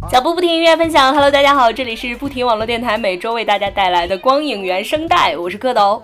脚步不停音乐分享 ，Hello， 大家好，这里是不停网络电台，每周为大家带来的光影原声带，我是蝌蚪。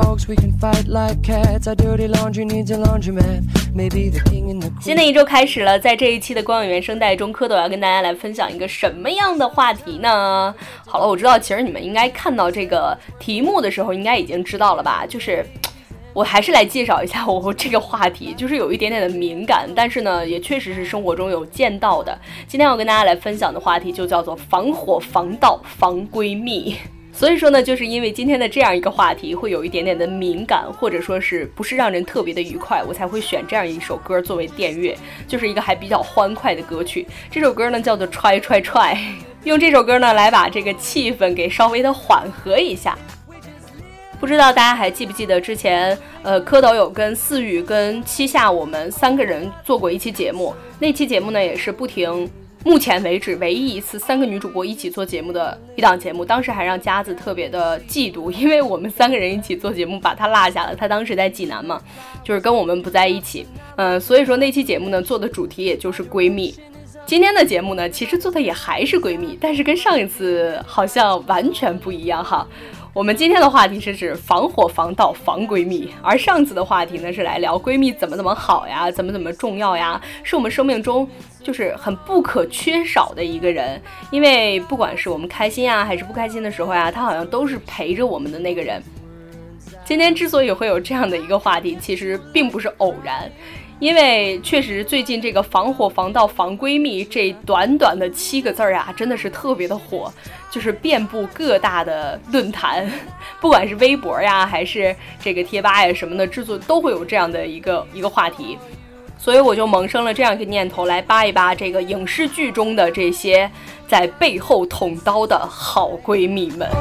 新的一周开始了，在这一期的光影原声带中，蝌蚪要跟大家来分享一个什么样的话题呢？好了，我知道其实你们应该看到这个题目的时候，应该已经知道了吧，就是我还是来介绍一下我这个话题，就是有一点点的敏感，但是呢也确实是生活中有见到的。今天我跟大家来分享的话题就叫做防火防盗防闺蜜。所以说呢，就是因为今天的这样一个话题会有一点点的敏感，或者说是不是让人特别的愉快，我才会选这样一首歌作为电乐，就是一个还比较欢快的歌曲。这首歌呢叫做踹踹踹，用这首歌呢来把这个气氛给稍微的缓和一下。不知道大家还记不记得之前蝌蚪有跟思雨跟七夏我们3个人做过一期节目，那期节目呢也是不停目前为止唯一一次3个女主播一起做节目的一档节目，当时还让佳子特别的嫉妒，因为我们3个人一起做节目把她落下了，她当时在济南嘛，就是跟我们不在一起，所以说那期节目呢做的主题也就是闺蜜。今天的节目呢其实做的也还是闺蜜，但是跟上一次好像完全不一样哈。我们今天的话题是指防火防盗防闺蜜，而上次的话题呢是来聊闺蜜怎么好呀，怎么重要呀，是我们生命中就是很不可缺少的一个人，因为不管是我们开心呀还是不开心的时候呀，她好像都是陪着我们的那个人。今天之所以会有这样的一个话题，其实并不是偶然，因为确实最近这个防火防盗防闺蜜这短短的7个字啊，真的是特别的火，就是遍布各大的论坛，不管是微博呀还是这个贴吧呀什么的，制作都会有这样的一个话题。所以我就萌生了这样一个念头，来扒一扒这个影视剧中的这些在背后捅刀的好闺蜜们。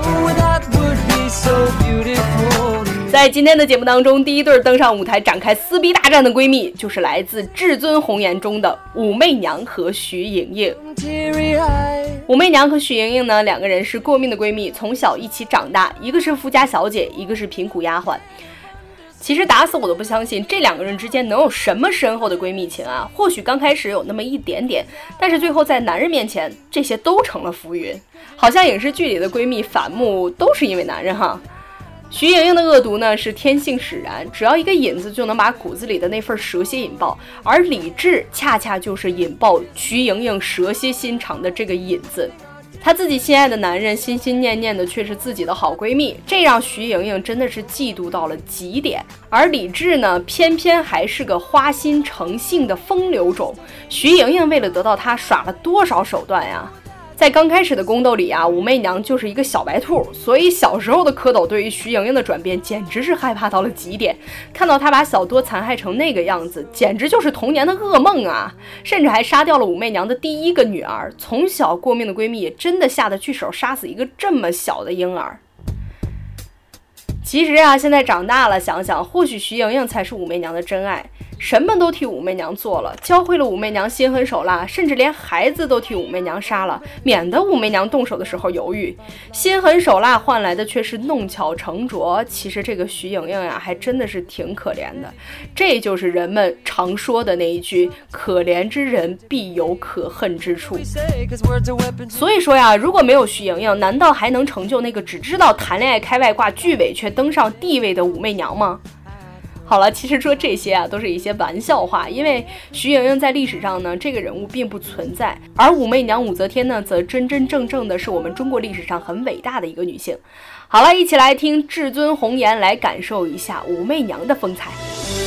在今天的节目当中，第一对登上舞台展开撕逼大战的闺蜜，就是来自《至尊红颜》中的武媚娘和徐莹莹。武媚娘和徐莹莹呢，2个人是过命的闺蜜，从小一起长大，一个是富家小姐，一个是贫苦丫鬟。其实打死我都不相信这2个人之间能有什么深厚的闺蜜情啊，或许刚开始有那么一点点，但是最后在男人面前这些都成了浮云，好像影视剧里的闺蜜反目都是因为男人哈。徐莹莹的恶毒呢是天性使然，只要一个引子就能把骨子里的那份蛇蝎引爆，而理智恰恰就是引爆徐莹莹蛇蝎心肠的这个引子。她自己心爱的男人心心念念的却是自己的好闺蜜，这让徐莹莹真的是嫉妒到了极点。而李智呢，偏偏还是个花心成性的风流种，徐莹莹为了得到他耍了多少手段呀。在刚开始的宫斗里啊，武媚娘就是一个小白兔，所以小时候的蝌蚪对于徐莹莹的转变简直是害怕到了极点，看到她把小多残害成那个样子，简直就是童年的噩梦啊！甚至还杀掉了武媚娘的第1个女儿，从小过命的闺蜜也真的下得去手杀死一个这么小的婴儿。其实啊，现在长大了想想，或许徐莹莹才是武媚娘的真爱，什么都替武媚娘做了，教会了武媚娘心狠手辣，甚至连孩子都替武媚娘杀了，免得武媚娘动手的时候犹豫。心狠手辣换来的却是弄巧成拙，其实这个徐莹莹呀，还真的是挺可怜的。这就是人们常说的那一句，可怜之人必有可恨之处。所以说呀，如果没有徐莹莹，难道还能成就那个只知道谈恋爱开外挂拒伪却登上帝位的武媚娘吗？好了，其实说这些啊都是一些玩笑话，因为徐莹莹在历史上呢这个人物并不存在，而武媚娘武则天呢则真真正正的是我们中国历史上很伟大的一个女性。好了，一起来听《至尊红颜》，来感受一下武媚娘的风采。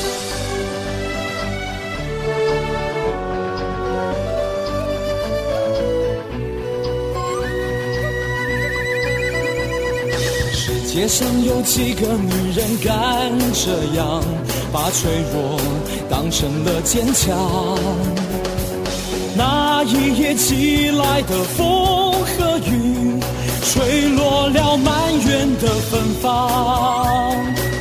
世界上有几个女人敢这样把脆弱当成了坚强，那一夜起来的风和雨吹落了满园的芬芳。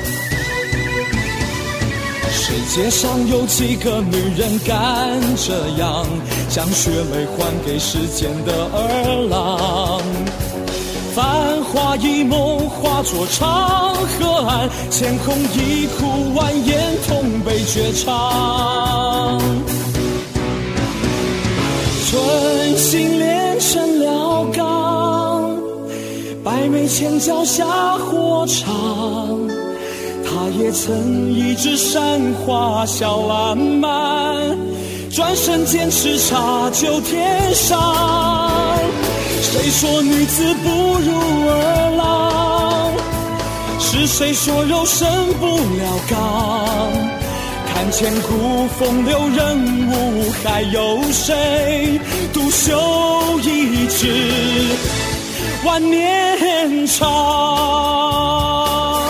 世界上有几个女人敢这样将血泪还给世间的儿郎，繁华一梦化作长河岸，千空一哭万言痛悲绝长。春心连前脚下火场，他也曾一直闪花小烂漫，转身间叱咤就天上。谁说女子不如儿郎？是谁说肉身不了钢？看千古风流人物，还有谁独秀一纸万年长？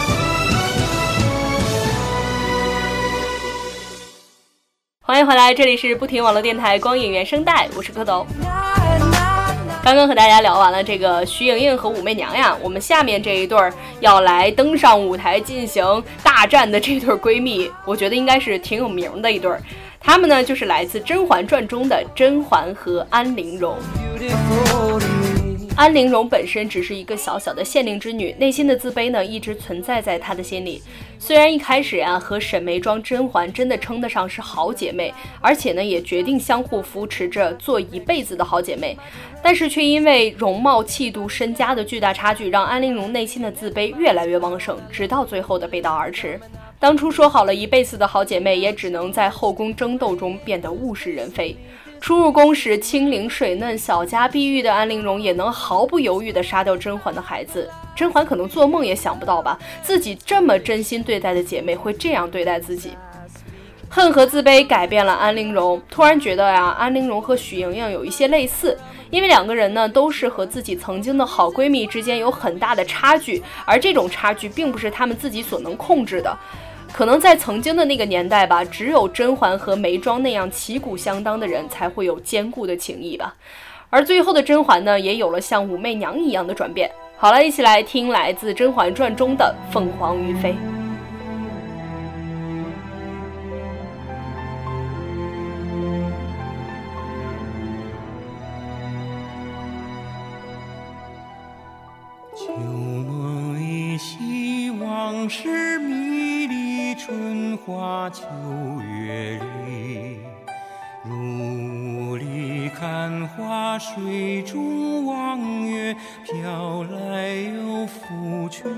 欢迎回来，这里是不停网络电台光影原声带，我是蝌蚪。刚刚和大家聊完了这个徐莹莹和武媚娘呀，我们下面这一对要来登上舞台进行大战的这对闺蜜，我觉得应该是挺有名的一对。她们呢就是来自《甄嬛传》中的甄嬛和安陵容。安陵容本身只是一个小小的县令之女，内心的自卑呢一直存在在她的心里。虽然一开始和沈眉庄、甄嬛真的称得上是好姐妹，而且呢也决定相互扶持着做一辈子的好姐妹，但是却因为容貌、气度、身家的巨大差距，让安陵容内心的自卑越来越旺盛，直到最后的背道而驰。当初说好了一辈子的好姐妹，也只能在后宫争斗中变得物是人非。初入宫时清灵水嫩、小家碧玉的安陵容，也能毫不犹豫地杀掉甄嬛的孩子。甄嬛可能做梦也想不到吧，自己这么真心对待的姐妹会这样对待自己。恨和自卑改变了安陵容，突然觉得安陵容和许莹莹有一些类似，因为两个人呢都是和自己曾经的好闺蜜之间有很大的差距，而这种差距并不是她们自己所能控制的。可能在曾经的那个年代吧，只有甄嬛和眉庄那样旗鼓相当的人才会有坚固的情谊吧。而最后的甄嬛呢，也有了像武媚娘一样的转变。好了，一起来听来自《甄嬛传》中的凤凰于飞。 旧梦依稀，往事迷离，春花秋月里，如里看花，水中望月，飘来又浮去，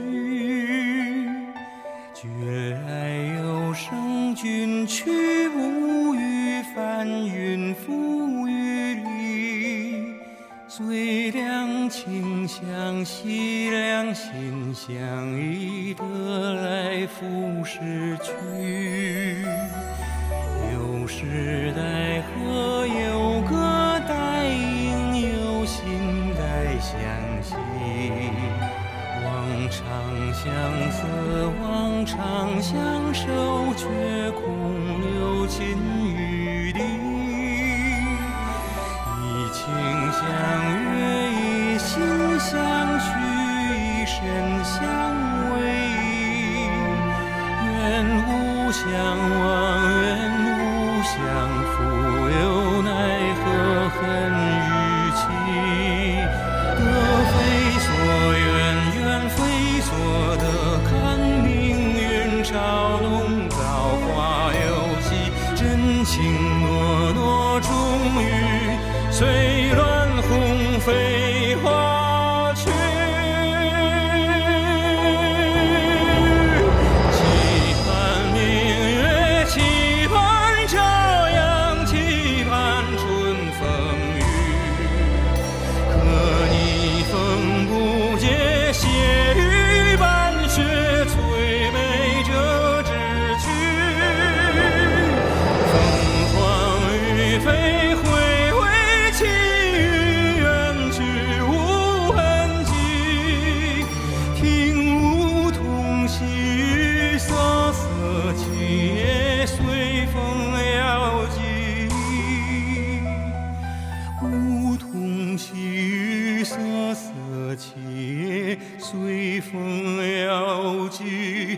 觉来又生，君去无语，翻云覆雨里，最凉情相惜，两心相依，得来复失去。有时代河，有歌待应，有心待相惜。望长相思，望长相守，却空留情于地。一情相悦，一心相许，一身相偎。愿无相忘，愿无相负，又奈何恨与期。得非所愿，愿非所得，看命运嘲弄，造化游戏，真情诺诺，终于随乱红飞花去。期盼明月，期盼朝阳，期盼春风雨。可逆风不解，血雨半雪，催美这志趣。凤凰于飞，回味起于远去无痕迹，听梧桐细雨瑟瑟起，也随风摇迹。梧桐细雨瑟瑟起，也随风摇迹。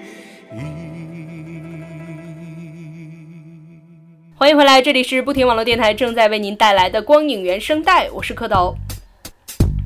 欢迎回来，这里是不停网络电台正在为您带来的光影原声带，我是蝌蚪。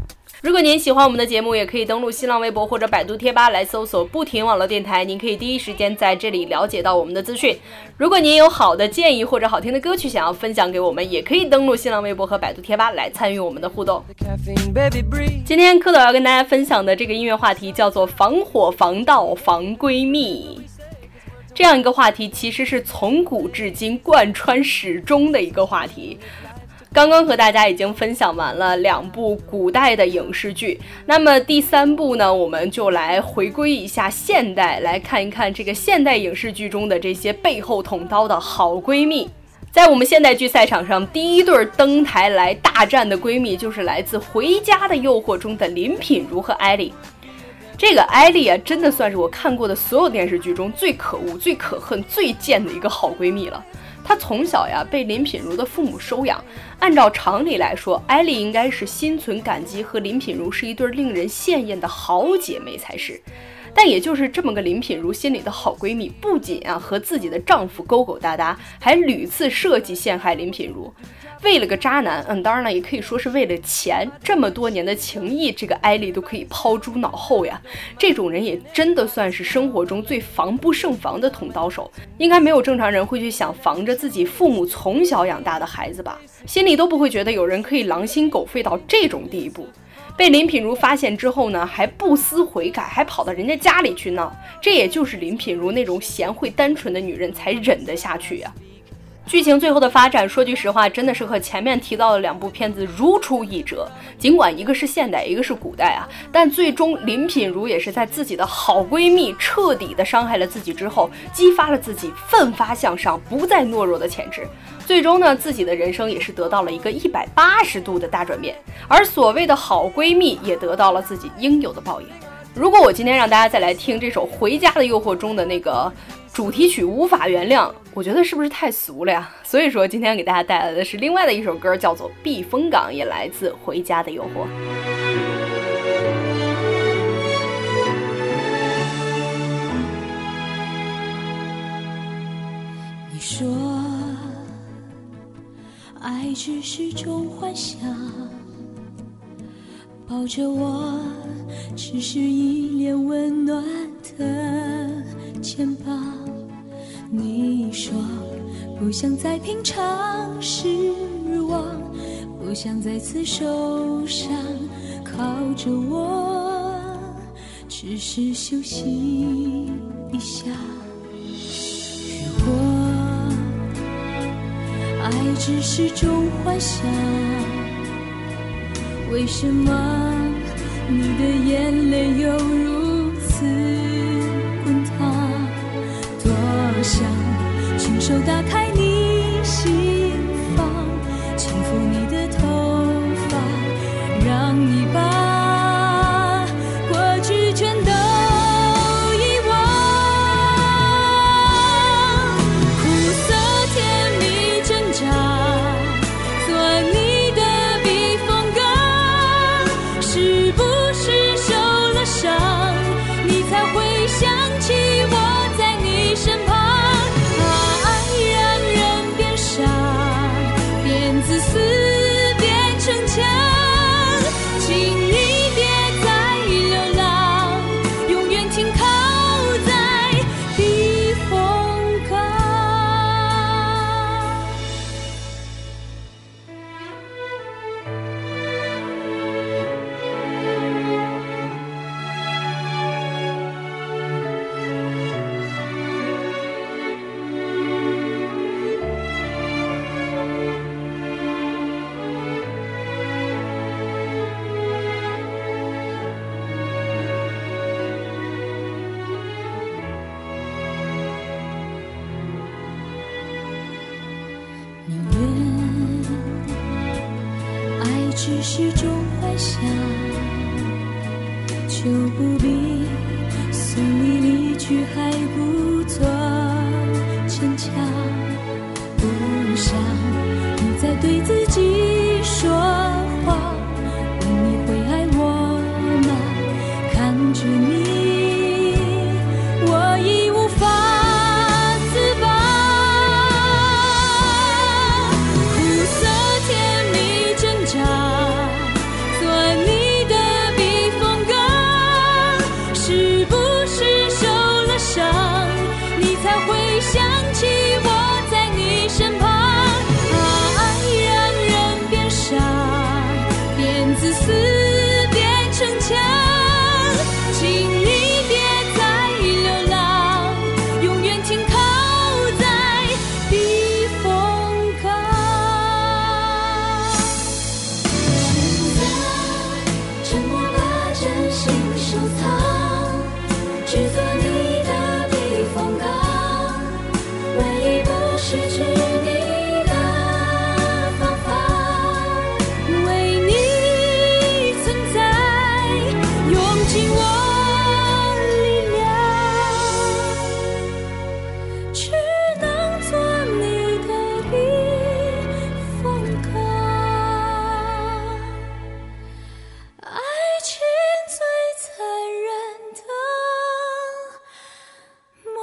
如果您喜欢我们的节目，也可以登录新浪微博或者百度贴吧来搜索不停网络电台，您可以第一时间在这里了解到我们的资讯。如果您有好的建议或者好听的歌曲想要分享给我们，也可以登录新浪微博和百度贴吧来参与我们的互动。今天蝌蚪要跟大家分享的这个音乐话题叫做防火防盗防闺蜜。这样一个话题其实是从古至今贯穿始终的一个话题。刚刚和大家已经分享完了2部古代的影视剧，那么第3部呢，我们就来回归一下现代，来看一看这个现代影视剧中的这些背后捅刀的好闺蜜。在我们现代剧赛场上，第一对登台来大战的闺蜜就是来自《回家的诱惑》中的林品如和艾莉。这个艾莉啊，真的算是我看过的所有电视剧中最可恶、最可恨、最贱的一个好闺蜜了。她从小呀被林品如的父母收养，按照常理来说，艾莉应该是心存感激，和林品如是一对令人羡艳的好姐妹才是。但也就是这么个林品如心里的好闺蜜，不仅啊和自己的丈夫勾勾搭搭，还屡次设计陷害林品如。为了个渣男，当然了，也可以说是为了钱，这么多年的情谊，这个艾莉都可以抛诸脑后呀。这种人也真的算是生活中最防不胜防的捅刀手，应该没有正常人会去想防着自己父母从小养大的孩子吧，心里都不会觉得有人可以狼心狗肺到这种地步。被林品如发现之后呢，还不思悔改，还跑到人家家里去闹，这也就是林品如那种贤惠单纯的女人才忍得下去呀。剧情最后的发展，说句实话，真的是和前面提到的2部片子如出一辙。尽管一个是现代，一个是古代啊，但最终林品如也是在自己的好闺蜜彻底的伤害了自己之后，激发了自己奋发向上、不再懦弱的潜质。最终呢，自己的人生也是得到了一个180度的大转变，而所谓的好闺蜜也得到了自己应有的报应。如果我今天让大家再来听这首《回家的诱惑》中的那个主题曲《无法原谅》，我觉得是不是太俗了呀？所以说今天给大家带来的是另外的一首歌，叫做《避风港》，也来自《回家的诱惑》。 你说爱只是种幻想，抱着我只是一脸温暖的肩膀。你说不想再品尝失望，不想再次受伤，靠着我只是休息一下。如果爱只是种幻想，为什么你的眼泪又如此滚烫？多想亲手打开你心房，轻抚你的头发，让你把过去全都遗忘。苦涩甜蜜挣扎，做你的避风港，是不是受了伤，你才会想起我在你身旁？自私变成墙，请你别再流浪，永远停靠在避风港。只是种幻想，就不必送你离去，还故作坚强。不想你再对自己说谎，问你会爱我吗？看着你，我已无法自拔。苦涩甜蜜挣扎，做你的失去你的方法，为你存在，用尽我力量，只能做你的避风港。爱情最残忍的模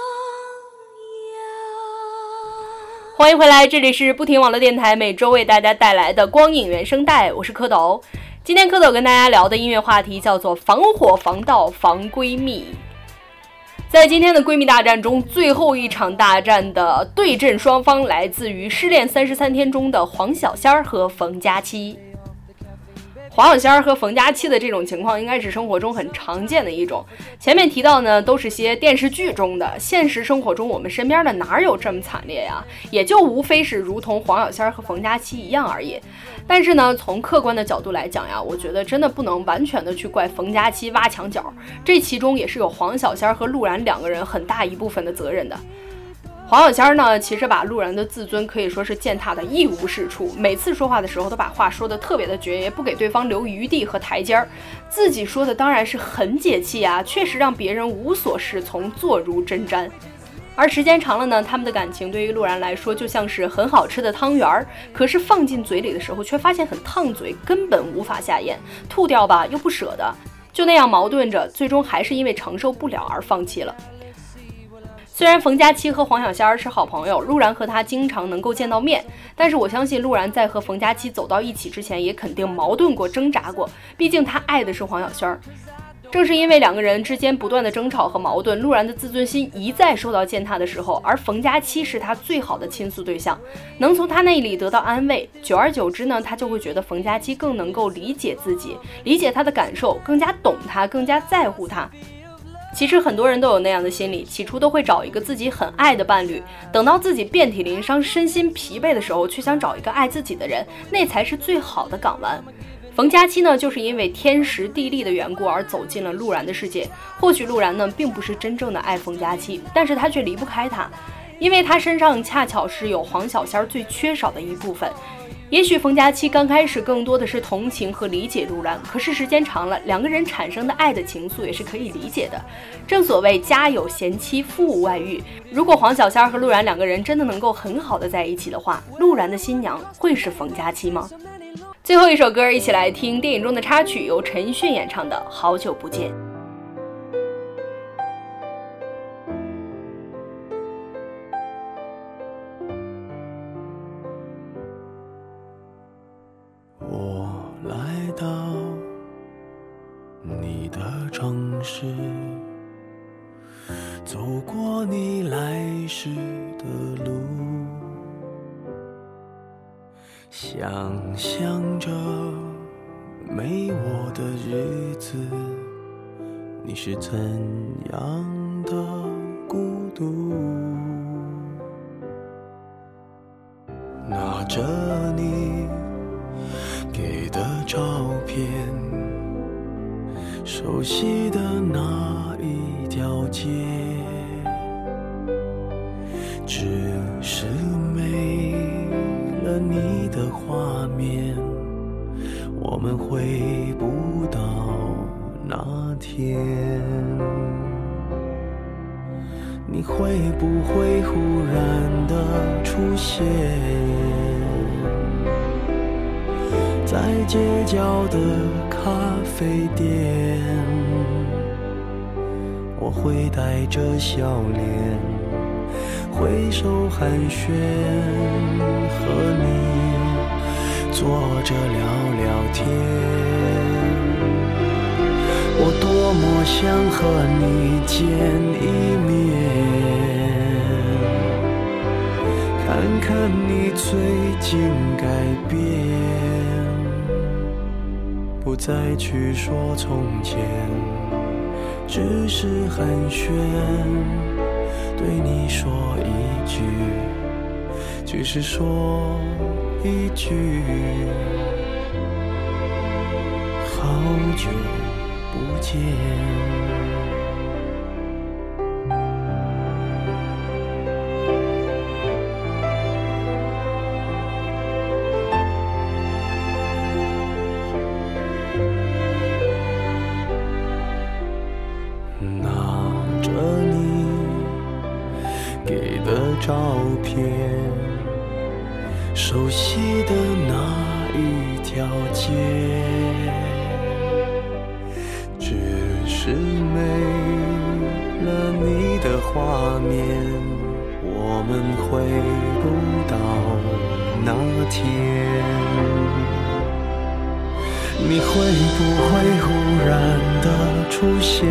样。 欢迎回来，这里是不停网络电台，每周为大家带来的光影原声带，我是蝌蚪。今天蝌蚪跟大家聊的音乐话题叫做防火防盗防闺蜜。在今天的闺蜜大战中，最后一场大战的对阵双方来自于《失恋33天》中的黄小仙和冯佳期。黄小仙和冯佳期的这种情况应该是生活中很常见的一种，前面提到呢都是些电视剧中的，现实生活中我们身边的哪有这么惨烈呀？也就无非是如同黄小仙和冯佳期一样而已。但是呢，从客观的角度来讲呀，我觉得真的不能完全的去怪冯佳期挖墙脚，这其中也是有黄小仙和陆然两个人很大一部分的责任的。黄小仙呢，其实把陆然的自尊可以说是践踏的一无是处，每次说话的时候都把话说得特别的绝，也不给对方留余地和台阶儿，自己说的当然是很解气啊，确实让别人无所适从，坐如针毡。而时间长了呢，他们的感情对于陆然来说就像是很好吃的汤圆，可是放进嘴里的时候却发现很烫嘴，根本无法下咽，吐掉吧又不舍得，就那样矛盾着，最终还是因为承受不了而放弃了。虽然冯佳期和黄小仙是好朋友，陆然和他经常能够见到面，但是我相信陆然在和冯佳期走到一起之前也肯定矛盾过挣扎过，毕竟他爱的是黄小仙。正是因为两个人之间不断的争吵和矛盾，陆然的自尊心一再受到践踏的时候，而冯佳期是他最好的倾诉对象，能从他那里得到安慰，久而久之呢，他就会觉得冯佳期更能够理解自己，理解他的感受，更加懂他，更加在乎他。其实很多人都有那样的心理，起初都会找一个自己很爱的伴侣，等到自己遍体鳞伤、身心疲惫的时候，却想找一个爱自己的人，那才是最好的港湾。冯佳期呢，就是因为天时地利的缘故而走进了陆然的世界。或许陆然呢，并不是真正的爱冯佳期，但是他却离不开他，因为他身上恰巧是有黄小仙最缺少的一部分。也许冯佳期刚开始更多的是同情和理解陆然，可是时间长了，两个人产生的爱的情愫也是可以理解的。正所谓家有贤妻，夫无外遇。如果黄小仙和陆然两个人真的能够很好的在一起的话，陆然的新娘会是冯佳期吗？最后一首歌，一起来听电影中的插曲，由陈奕迅演唱的《好久不见》。 我来到你的城市，走过你来时的路，想象着没我的日子，你是怎样的孤独，拿着你给的照片，熟悉的那一条街，只是没了你的画面，我们回不到那天。你会不会忽然的出现在街角的咖啡店？我会带着笑脸挥手寒暄，和你坐着聊聊天。我多么想和你见一面，看看你最近改变，不再去说从前，只是寒暄，对你说一句，只是说一句，好久不见。 照片，熟悉的那一条街，只是没了你的画面，我们回不到那天。你会不会忽然的出现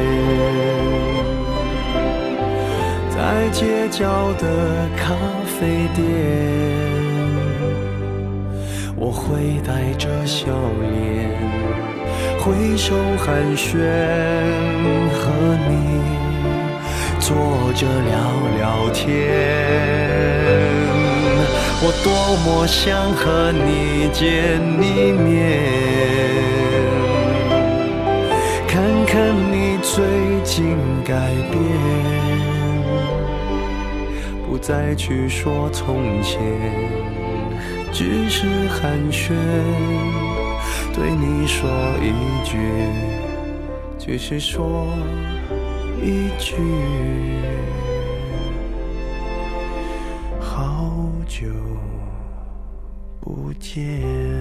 在街角的咖啡店？我会带着笑脸挥手寒暄，和你坐着聊聊天。我多么想和你见一面，看看你最近改变，不再去说从前，只是寒暄，对你说一句，只是说一句，好久不见。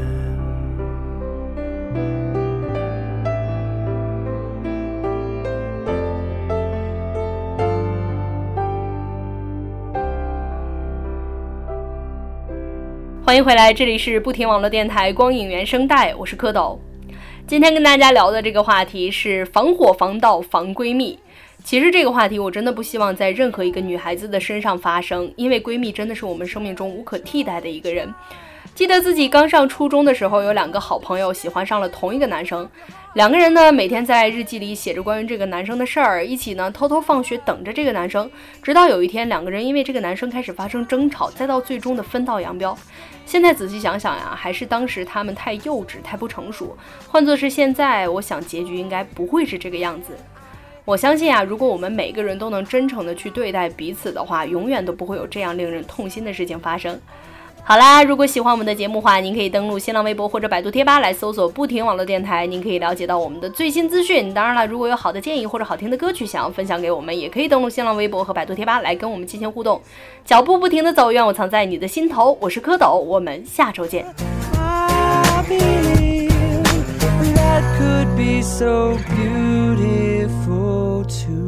欢迎回来，这里是不停网络电台光影原声带，我是蝌蚪。今天跟大家聊的这个话题是防火防盗防闺蜜。其实这个话题我真的不希望在任何一个女孩子的身上发生，因为闺蜜真的是我们生命中无可替代的一个人。记得自己刚上初中的时候，有2个好朋友喜欢上了同一个男生，2个人呢每天在日记里写着关于这个男生的事儿，一起呢偷偷放学等着这个男生，直到有一天2个人因为这个男生开始发生争吵，再到最终的分道扬镳。现在仔细想想呀，还是当时他们太幼稚太不成熟，换作是现在，我想结局应该不会是这个样子。我相信啊，如果我们每个人都能真诚的去对待彼此的话，永远都不会有这样令人痛心的事情发生。好啦，如果喜欢我们的节目的话，您可以登录新浪微博或者百度贴吧来搜索不停网络电台，您可以了解到我们的最新资讯。当然了，如果有好的建议或者好听的歌曲想要分享给我们，也可以登录新浪微博和百度贴吧来跟我们进行互动。脚步不停的走，愿我藏在你的心头。我是蝌蚪，我们下周见。 That could be so beautiful too.